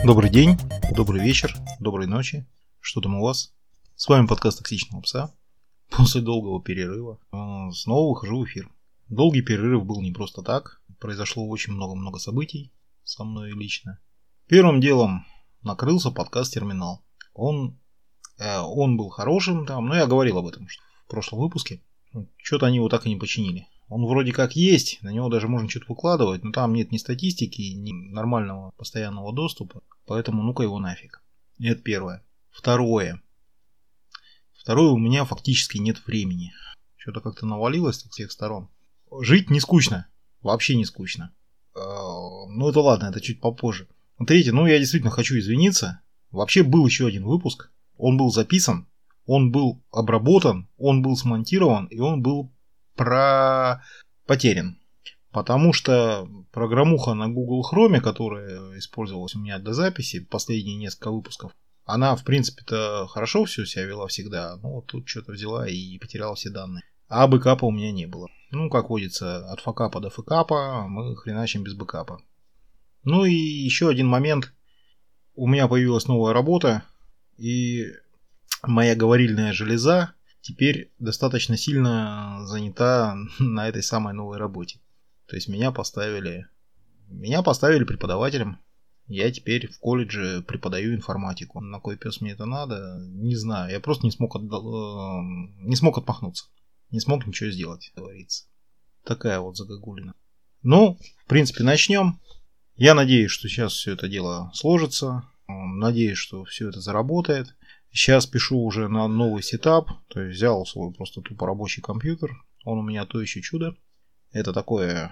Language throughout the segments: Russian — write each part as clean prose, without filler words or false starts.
Добрый день, добрый вечер, доброй ночи. Что там у вас? С вами подкаст «Токсичного пса». После долгого перерыва снова выхожу в эфир. Долгий перерыв был не просто так. Произошло очень много событий со мной лично. Первым делом накрылся подкаст-терминал. Он был хорошим там, но я говорил об этом в прошлом выпуске. Что-то они его так и не починили. Он вроде как есть, на него даже можно что-то выкладывать, но там нет ни статистики, ни нормального постоянного доступа, поэтому ну-ка его нафиг. Это первое. Второе, у меня фактически нет времени. Что-то как-то навалилось с всех сторон. Жить не скучно, вообще не скучно. Ну это ладно, это чуть попозже. Третье, я действительно хочу извиниться. Вообще был еще один выпуск, он был записан, он был обработан, он был смонтирован и он был потерян. Потому что программуха на Google Chrome, которая использовалась у меня для записи, последние несколько выпусков, она в принципе-то хорошо все себя вела всегда, но вот тут что-то взяла и потеряла все данные. А бэкапа у меня не было. Ну, как водится, от факапа до фэкапа мы хреначим без бэкапа. Ну и еще один момент. У меня появилась новая работа, и моя говорильная железа теперь достаточно сильно занята на этой самой новой работе. То есть меня поставили преподавателем. Я теперь в колледже преподаю информатику. На кой пес мне это надо, не знаю. Я просто не смог отмахнуться. Не смог ничего сделать, говорится. Такая вот загогулина. Ну, в принципе, начнем. Я надеюсь, что сейчас все это дело сложится. Надеюсь, что все это заработает. Сейчас пишу уже на новый сетап. То есть взял свой просто тупо рабочий компьютер. Он у меня то еще чудо. Это такой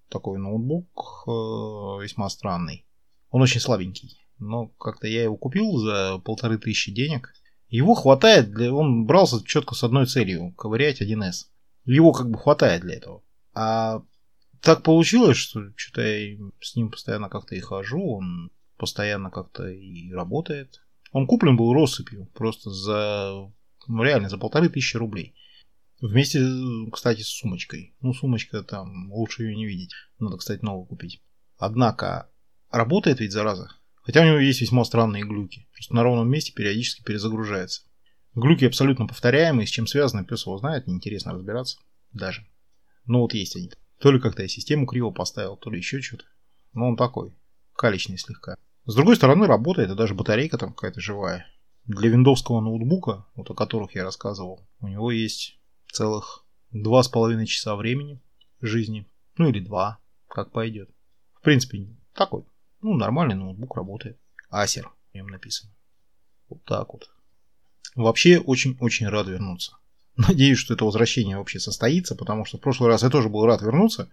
ноутбук весьма странный. Он очень слабенький. Но как-то я его купил за 1500 денег. Его хватает он брался четко с одной целью. Ковырять 1С. Его как бы хватает для этого. А так получилось, что что-то я с ним постоянно как-то и хожу. Он постоянно как-то и работает. Он куплен был россыпью. Просто реально за 1500 рублей. Вместе, кстати, с сумочкой. Ну, сумочка там, лучше ее не видеть. Надо, кстати, новую купить. Однако, работает ведь, зараза. Хотя у него есть весьма странные глюки. Просто на ровном месте периодически перезагружается. Глюки абсолютно повторяемые. С чем связано, пес его знает. Неинтересно разбираться даже. Но вот есть они. То ли как-то я систему криво поставил, то ли еще что-то. Но он такой. Калечный слегка. С другой стороны, работает. И даже батарейка там какая-то живая. Для виндовского ноутбука, вот о которых я рассказывал, у него есть целых 2,5 часа времени жизни. Ну или 2, как пойдет. В принципе, такой. Нормальный ноутбук работает. Acer в нем написано. Вот так вот. Вообще, очень-очень рад вернуться. Надеюсь, что это возвращение вообще состоится, потому что в прошлый раз я тоже был рад вернуться.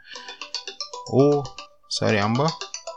Сорямба.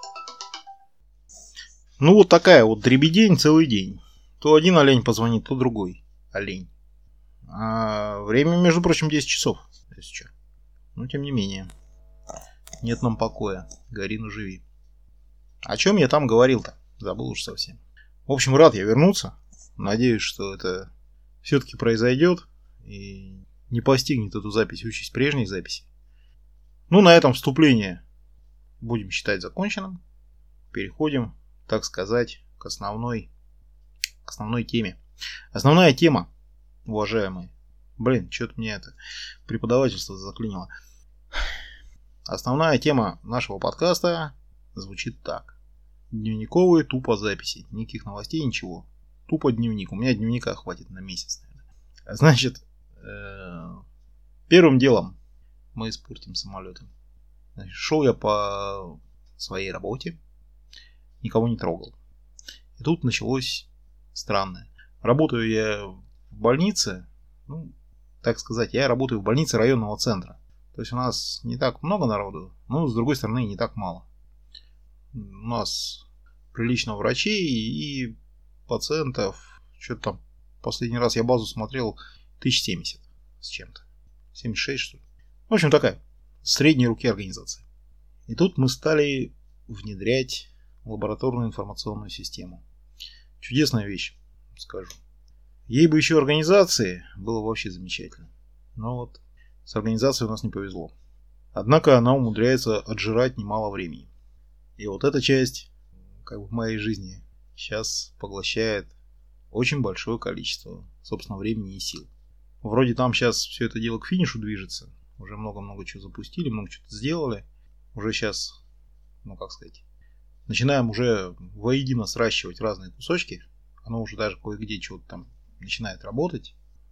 Вот такая вот дребедень целый день. То один олень позвонит, то другой олень. А время, между прочим, 10 часов, если что. Но тем не менее. Нет нам покоя. Гори, ну живи. О чем я там говорил-то? Забыл уж совсем. В общем, рад я вернуться. Надеюсь, что это все-таки произойдет. И не постигнет эту запись участь прежней записи. На этом вступление будем считать законченным. Переходим, так сказать, к основной теме. Основная тема, уважаемые. Что-то мне это преподавательство заклинило. Основная тема нашего подкаста звучит так. Дневниковые тупо записи. Никаких новостей, ничего. Тупо дневник. У меня дневника хватит на месяц, наверное. Значит, первым делом мы испортим самолетом. Шел я по своей работе. Никого не трогал. И тут началось странное. Работаю я в больнице. Так сказать, я работаю в больнице районного центра. То есть у нас не так много народу, но с другой стороны не так мало. У нас прилично врачей и пациентов. Что-то там, последний раз я базу смотрел 1070 с чем-то. 76 что ли. В общем, такая средней руки организация. И тут мы стали внедрять лабораторную информационную систему. Чудесная вещь, скажу. Ей бы еще организации, было вообще замечательно. Но вот с организацией у нас не повезло. Однако она умудряется отжирать немало времени. И вот эта часть как бы в моей жизни сейчас поглощает очень большое количество, собственно, времени и сил. Вроде там сейчас все это дело к финишу движется. Уже много-много чего запустили, много чего сделали. Уже сейчас, начинаем уже воедино сращивать разные кусочки. Оно уже даже кое-где чего-то там начинает работать.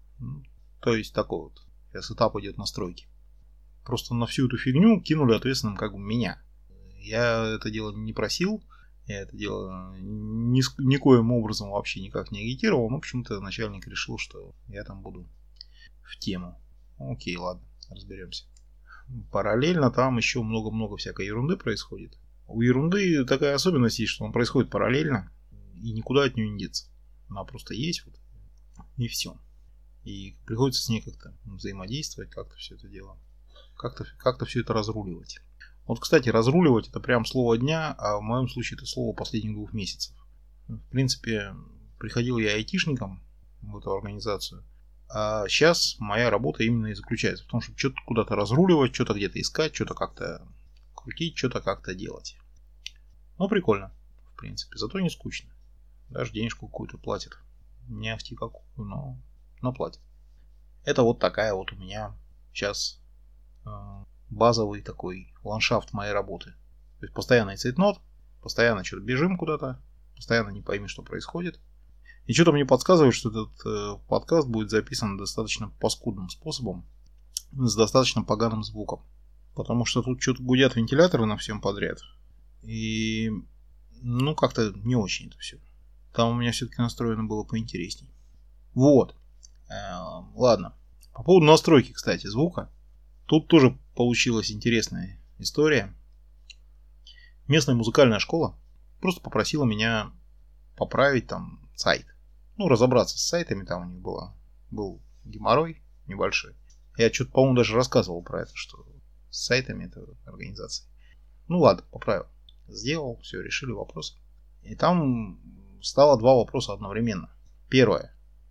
То есть такой вот. Сейчас этап идет настройки. Просто на всю эту фигню кинули ответственным меня. Я это дело не просил. Я это дело никоим образом вообще никак не агитировал. Но почему-то начальник решил, что я там буду в тему. Окей, ладно, разберемся. Параллельно там еще много-много всякой ерунды происходит. У ерунды такая особенность есть, что она происходит параллельно. И никуда от нее не деться. Она просто есть вот. И все. И приходится с ней как-то взаимодействовать, как-то все это дело. Как-то все это разруливать. Вот, кстати, разруливать это прям слово дня, а в моем случае это слово последних 2 месяцев. В принципе, приходил я айтишником в эту организацию, а сейчас моя работа именно и заключается в том, чтобы что-то куда-то разруливать, что-то где-то искать, что-то как-то крутить, что-то как-то делать. Ну, прикольно, в принципе, зато не скучно. Даже денежку какую-то платят. Не ахти какую, но платят. Это вот такая вот у меня сейчас базовый такой ландшафт моей работы. То есть постоянный цейтнот, постоянно что-то бежим куда-то, постоянно не пойми, что происходит. И что-то мне подсказывает, что этот подкаст будет записан достаточно паскудным способом, с достаточно поганым звуком. Потому что тут что-то гудят вентиляторы на всем подряд. И как-то не очень это все. Там у меня все-таки настроено было поинтересней. Вот. Ладно. По поводу настройки, кстати, звука. Тут тоже получилась интересная история. Местная музыкальная школа просто попросила меня поправить там сайт. Разобраться с сайтами, там у них был геморрой небольшой. Я что-то, по-моему, даже рассказывал про это, что с сайтами этой организации. Ладно, поправил. Сделал, все, решили вопрос. И там стало 2 вопроса одновременно. Первое.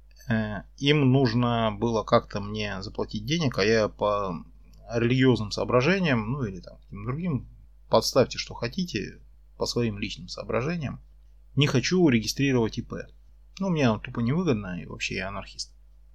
Им нужно было как-то мне заплатить денег, а я по религиозным соображениям, или там каким другим, подставьте, что хотите, по своим личным соображениям, не хочу регистрировать ИП. Мне оно тупо невыгодно, и вообще я анархист.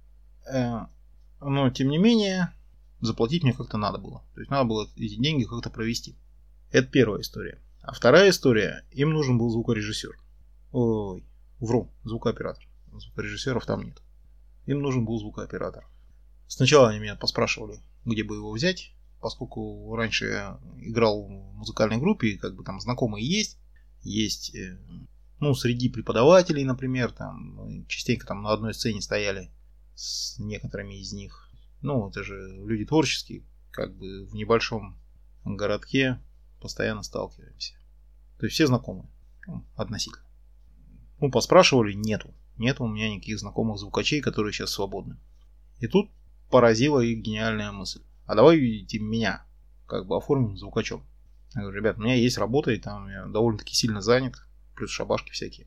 Но, тем не менее, заплатить мне как-то надо было. То есть надо было эти деньги как-то провести. Это первая история. А вторая история, им нужен был звукорежиссер. Ой, вру, звукооператор. Звукорежиссеров там нет. Им нужен был звукооператор. Сначала они меня поспрашивали, где бы его взять, поскольку раньше я играл в музыкальной группе, и там знакомые есть. Есть, среди преподавателей, например, там частенько там на одной сцене стояли с некоторыми из них. Это же люди творческие, в небольшом городке постоянно сталкиваемся. То есть все знакомые, относительно. Поспрашивали, нету у меня никаких знакомых звукачей, которые сейчас свободны. И тут поразила их гениальная мысль. А давайте меня оформим звукачом. Я говорю, ребят, у меня есть работа, и там я довольно-таки сильно занят, плюс шабашки всякие.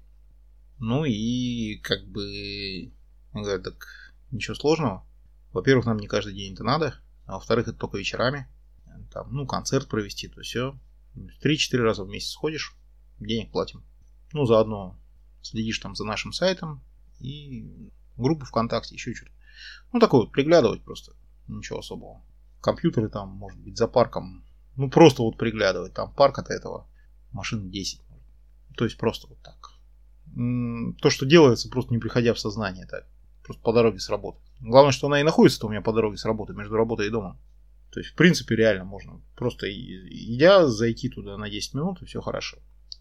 И говорят, так ничего сложного. Во-первых, нам не каждый день это надо, а во-вторых, это только вечерами. Там, концерт провести, то все. 3-4 раза в месяц сходишь, денег платим. Заодно следишь там за нашим сайтом и группу ВКонтакте, еще что-то. Такое вот, приглядывать просто. Ничего особого. Компьютеры там, может быть, за парком. Просто вот приглядывать. Там парк от этого машин 10. То есть просто вот так. То, что делается, просто не приходя в сознание. Так. Просто по дороге с работы. Главное, что она и находится-то у меня по дороге с работы, между работой и домом. То есть, в принципе, реально можно просто идя зайти туда на 10 минут, и все хорошо.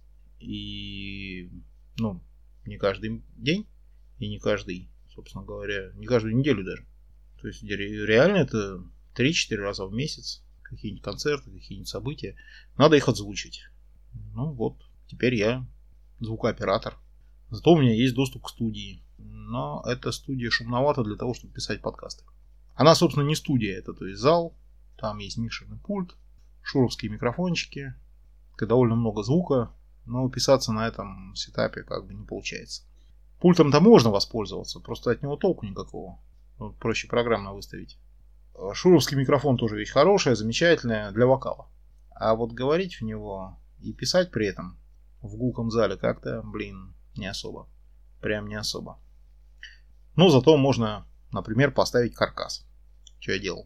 И, не каждый день, и не каждый, собственно говоря, не каждую неделю даже. То есть, реально это 3-4 раза в месяц. Какие-нибудь концерты, какие-нибудь события. Надо их озвучить. Теперь я звукооператор. Зато у меня есть доступ к студии. Но эта студия шумновата для того, чтобы писать подкасты. Она, собственно, не студия, это то есть зал. Там есть микшерный пульт, шуровские микрофончики, довольно много звука. Но писаться на этом сетапе не получается. Пультом-то можно воспользоваться, просто от него толку никакого. Проще программно выставить. Шуровский микрофон тоже вещь хорошая, замечательная для вокала. А вот говорить в него и писать при этом в гулком зале как-то, не особо. Прям не особо. Но зато можно, например, поставить каркас. Что я делал?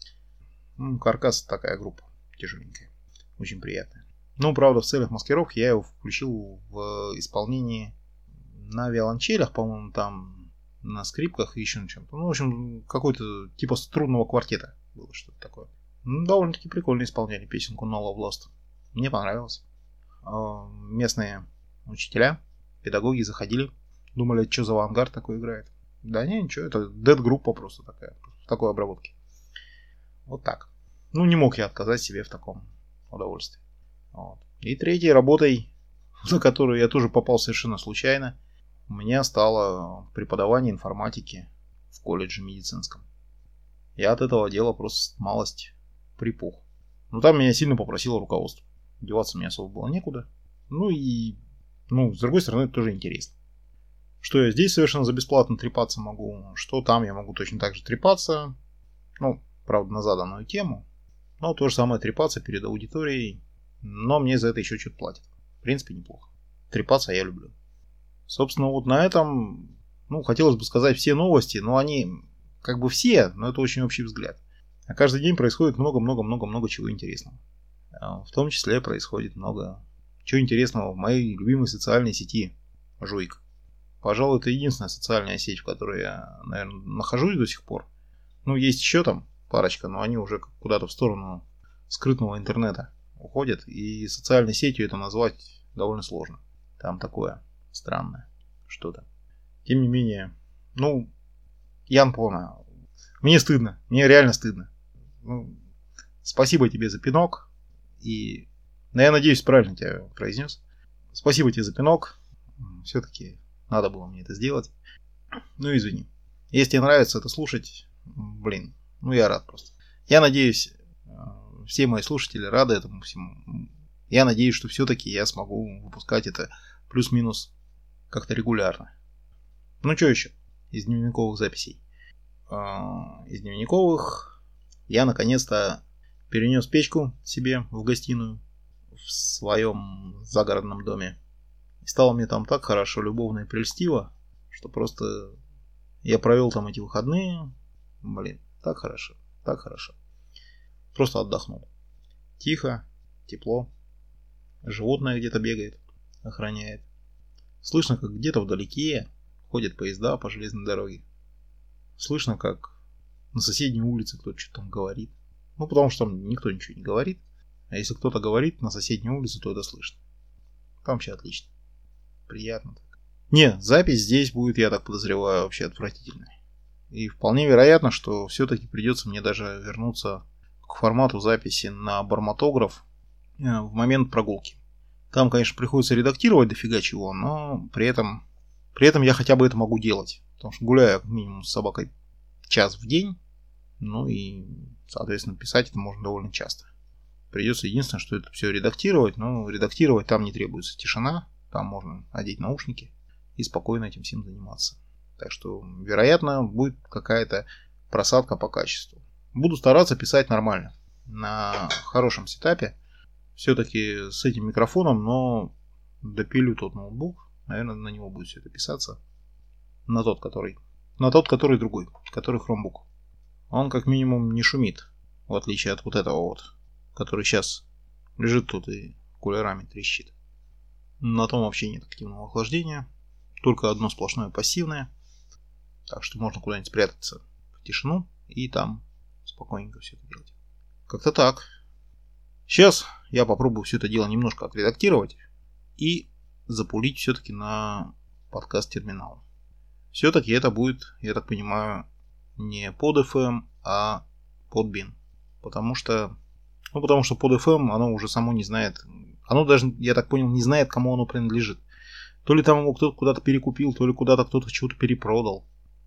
Каркас такая группа тяжеленькая. Очень приятная. Ну, правда, в целях маскировки я его включил в исполнении на виолончелях, по-моему, там на скрипках и еще на чем-то. Ну, в общем, какой-то типа струнного квартета было что-то такое. Ну, довольно-таки прикольно исполняли песенку No Love Lost. Мне понравилось. Местные учителя, педагоги заходили, думали, что за авангард такой играет. Да не, ничего, это дэт-группа просто такая, в такой обработке. Вот так. Ну, не мог я отказать себе в таком удовольствии. Вот. И третьей работой, на которую я тоже попал совершенно случайно, у меня стало преподавание информатики в колледже медицинском. Я от этого дела просто малость припух. Но там меня сильно попросило руководство. Деваться мне особо было некуда. Ну и, с другой стороны, это тоже интересно. Что я здесь совершенно за бесплатно трепаться могу, что там я могу точно так же трепаться. Ну, правда, на заданную тему. Но то же самое трепаться перед аудиторией. Но мне за это еще что-то платят. В принципе, неплохо. Трепаться я люблю. Собственно, вот на этом, хотелось бы сказать все новости, но они как бы все, но это очень общий взгляд. А каждый день происходит много-много-много-много чего интересного. В том числе происходит много чего интересного в моей любимой социальной сети Жуйк. Пожалуй, это единственная социальная сеть, в которой я, наверное, нахожусь до сих пор. Есть еще там парочка, но они уже куда-то в сторону скрытного интернета уходят. И социальной сетью это назвать довольно сложно. Там такое странное что-то. Тем не менее, Ян Пона, мне стыдно. Мне реально стыдно. Спасибо тебе за пинок. И, я надеюсь, правильно тебя произнес. Спасибо тебе за пинок. Все-таки надо было мне это сделать. Извини. Если тебе нравится это слушать, я рад просто. Я надеюсь, все мои слушатели рады этому всему. Я надеюсь, что все-таки я смогу выпускать это плюс-минус как-то регулярно. Что еще из дневниковых записей? Из дневниковых я наконец-то перенес печку себе в гостиную в своем загородном доме. И стало мне там так хорошо, любовно и прельстиво, что просто я провел там эти выходные. Так хорошо, так хорошо. Просто отдохнул. Тихо, тепло. Животное где-то бегает, охраняет. Слышно, как где-то вдалеке ходят поезда по железной дороге. Слышно, как на соседней улице кто-то что-то там говорит. Потому что там никто ничего не говорит. А если кто-то говорит на соседней улице, то это слышно. Там вообще отлично. Приятно так. Не, запись здесь будет, я так подозреваю, вообще отвратительной. И вполне вероятно, что все-таки придется мне даже вернуться к формату записи на барматограф в момент прогулки. Там, конечно, приходится редактировать дофига чего, но при этом я хотя бы это могу делать. Потому что гуляю минимум с собакой час в день. И, соответственно, писать это можно довольно часто. Придется единственное, что это все редактировать. Но редактировать там не требуется тишина. Там можно одеть наушники и спокойно этим всем заниматься. Так что, вероятно, будет какая-то просадка по качеству. Буду стараться писать нормально. На хорошем сетапе. Все-таки с этим микрофоном, но допилю тот ноутбук. Наверное, на него будет все это писаться. На тот, который другой. Который Chromebook. Он как минимум не шумит. В отличие от вот этого вот. Который сейчас лежит тут и кулерами трещит. На том вообще нет активного охлаждения. Только одно сплошное пассивное. Так что можно куда-нибудь спрятаться в тишину. И там спокойненько все это делать. Как-то так. Сейчас я попробую все это дело немножко отредактировать. И запулить все-таки на подкаст-терминал. Все-таки это будет, я так понимаю, не под FM, а под Bin. Потому что под FM оно уже само не знает. Оно даже, я так понял, не знает, кому оно принадлежит. То ли там его кто-то куда-то перекупил, то ли куда-то кто-то чего-то перепродал.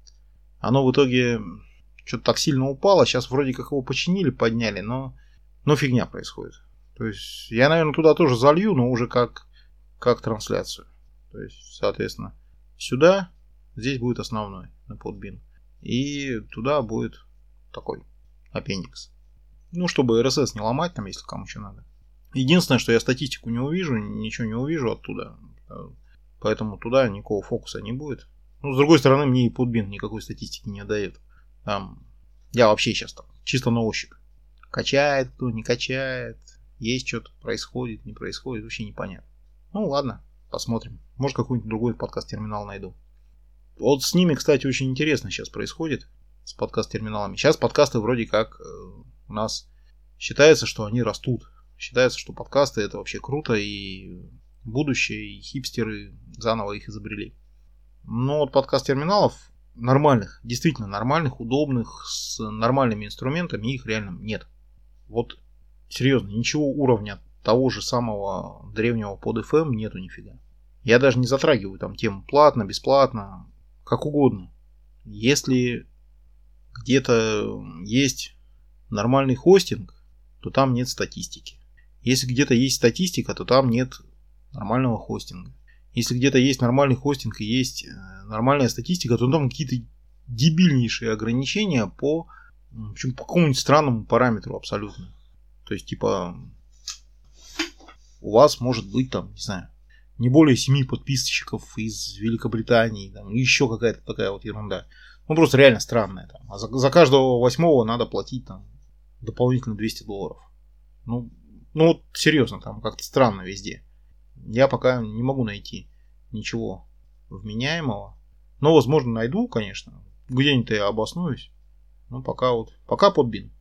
Оно в итоге что-то так сильно упало. Сейчас вроде как его починили, подняли, но фигня происходит. То есть я, наверное, туда тоже залью, но уже как трансляцию. То есть, соответственно, сюда, здесь будет основной на подбин. И туда будет такой аппендикс. Чтобы RSS не ломать там, если кому что надо. Единственное, что я статистику не увижу, ничего не увижу оттуда. Поэтому туда никакого фокуса не будет. Ну, с другой стороны, мне и Podbean никакой статистики не дает. Там, я вообще сейчас там чисто на ощупь. Качает кто, не качает. Есть что-то, происходит, не происходит. Вообще непонятно. Ну, ладно, посмотрим. Может, какой-нибудь другой подкаст-терминал найду. Вот с ними, кстати, очень интересно сейчас происходит. С подкаст-терминалами. Сейчас подкасты вроде как у нас считается, что они растут. Считается, что подкасты это вообще круто и будущее, и хипстеры заново их изобрели. Но вот подкаст-терминалов нормальных, действительно нормальных, удобных, с нормальными инструментами, их реально нет. Вот серьезно, ничего уровня того же самого древнего PodFM нету нифига. Я даже не затрагиваю там тему платно, бесплатно, как угодно. Если где-то есть нормальный хостинг, то там нет статистики. Если где-то есть статистика, то там нет нормального хостинга. Если где-то есть нормальный хостинг и есть нормальная статистика, то там какие-то дебильнейшие ограничения по какому-нибудь странному параметру абсолютно. То есть, типа, у вас может быть там, не знаю, не более 7 подписчиков из Великобритании, там, еще какая-то такая вот ерунда. Ну, просто реально странная. Там. А за каждого 8-го надо платить там дополнительно $200. Ну вот серьезно, там как-то странно везде. Я пока не могу найти ничего вменяемого. Но, возможно, найду, конечно. Где-нибудь я обоснуюсь. Но пока Podbean.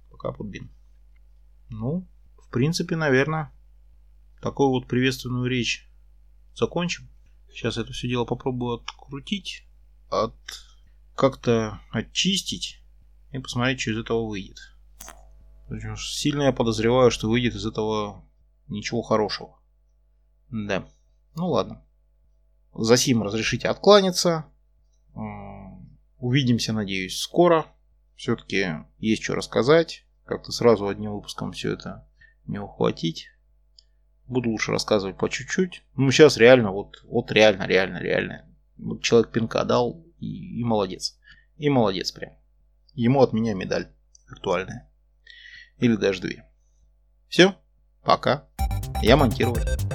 Ну, в принципе, наверное, такую вот приветственную речь закончим. Сейчас это все дело попробую открутить, как-то очистить и посмотреть, что из этого выйдет. Сильно я подозреваю, что выйдет из этого ничего хорошего. Да. Ну ладно. Засим разрешите откланяться. Увидимся, надеюсь, скоро. Все-таки есть что рассказать. Как-то сразу одним выпуском все это не ухватить. Буду лучше рассказывать по чуть-чуть. Ну, сейчас реально, вот реально. Вот человек пинка дал и молодец. И молодец прям. Ему от меня медаль виртуальная. Или даже 2. Все. Пока. Я монтировать.